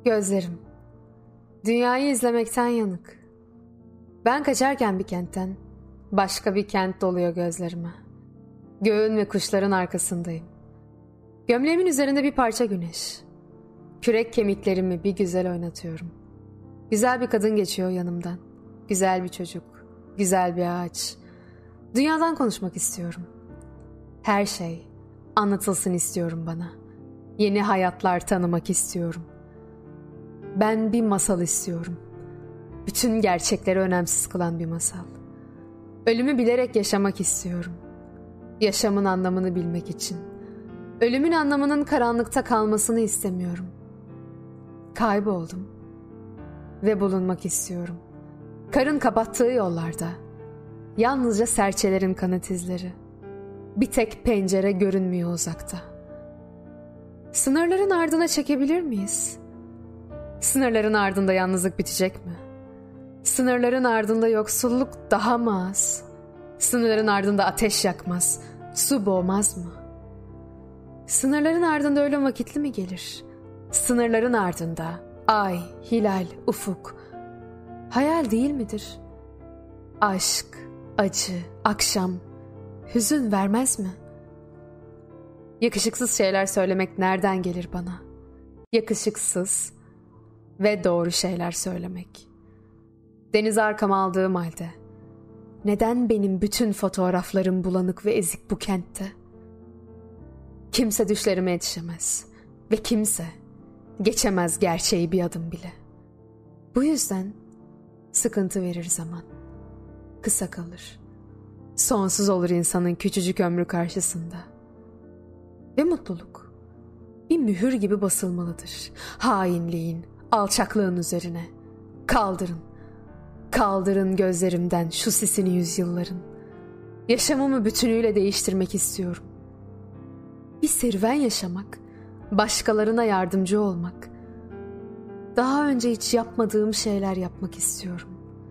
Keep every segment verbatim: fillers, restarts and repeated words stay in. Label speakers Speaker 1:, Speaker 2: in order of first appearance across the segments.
Speaker 1: Gözlerim, dünyayı izlemekten yanık. Ben kaçarken bir kentten, başka bir kent doluyor gözlerime. Göğün ve kuşların arkasındayım. Gömleğimin üzerinde bir parça güneş. Kürek kemiklerimi bir güzel oynatıyorum. Güzel bir kadın geçiyor yanımdan. Güzel bir çocuk, güzel bir ağaç. Dünyadan konuşmak istiyorum. Her şey anlatılsın istiyorum bana. Yeni hayatlar tanımak istiyorum. Ben bir masal istiyorum. Bütün gerçekleri önemsiz kılan bir masal. Ölümü bilerek yaşamak istiyorum. Yaşamın anlamını bilmek için. Ölümün anlamının karanlıkta kalmasını istemiyorum. Kayboldum ve bulunmak istiyorum. Karın kapattığı yollarda. Yalnızca serçelerin kanat izleri. Bir tek pencere görünmüyor uzakta. Sınırların ardına çekebilir miyiz? Sınırların ardında yalnızlık bitecek mi? Sınırların ardında yoksulluk daha mı az? Sınırların ardında ateş yakmaz, su boğmaz mı? Sınırların ardında ölüm vakitli mi gelir? Sınırların ardında ay, hilal, ufuk hayal değil midir? Aşk, acı, akşam, hüzün vermez mi? Yakışıksız şeyler söylemek nereden gelir bana? Yakışıksız ve doğru şeyler söylemek. Deniz arkama aldığım halde neden benim bütün fotoğraflarım bulanık ve ezik bu kentte? Kimse düşlerime yetişemez ve kimse geçemez gerçeği bir adım bile. Bu yüzden sıkıntı verir zaman. Kısa kalır. Sonsuz olur insanın küçücük ömrü karşısında. Ve mutluluk bir mühür gibi basılmalıdır. Hainliğin, alçaklığın üzerine. Kaldırın. Kaldırın gözlerimden şu sisini yüzyılların. Yaşamımı bütünüyle değiştirmek istiyorum. Bir serüven yaşamak, başkalarına yardımcı olmak. Daha önce hiç yapmadığım şeyler yapmak istiyorum.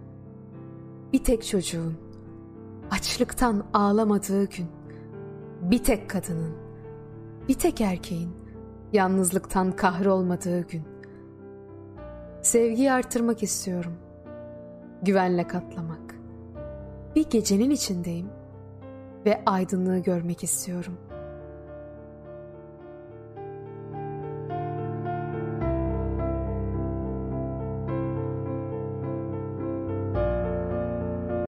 Speaker 1: Bir tek çocuğun açlıktan ağlamadığı gün, bir tek kadının, bir tek erkeğin yalnızlıktan kahrolmadığı gün. Sevgiyi artırmak istiyorum. Güvenle katlamak. Bir gecenin içindeyim ve aydınlığı görmek istiyorum.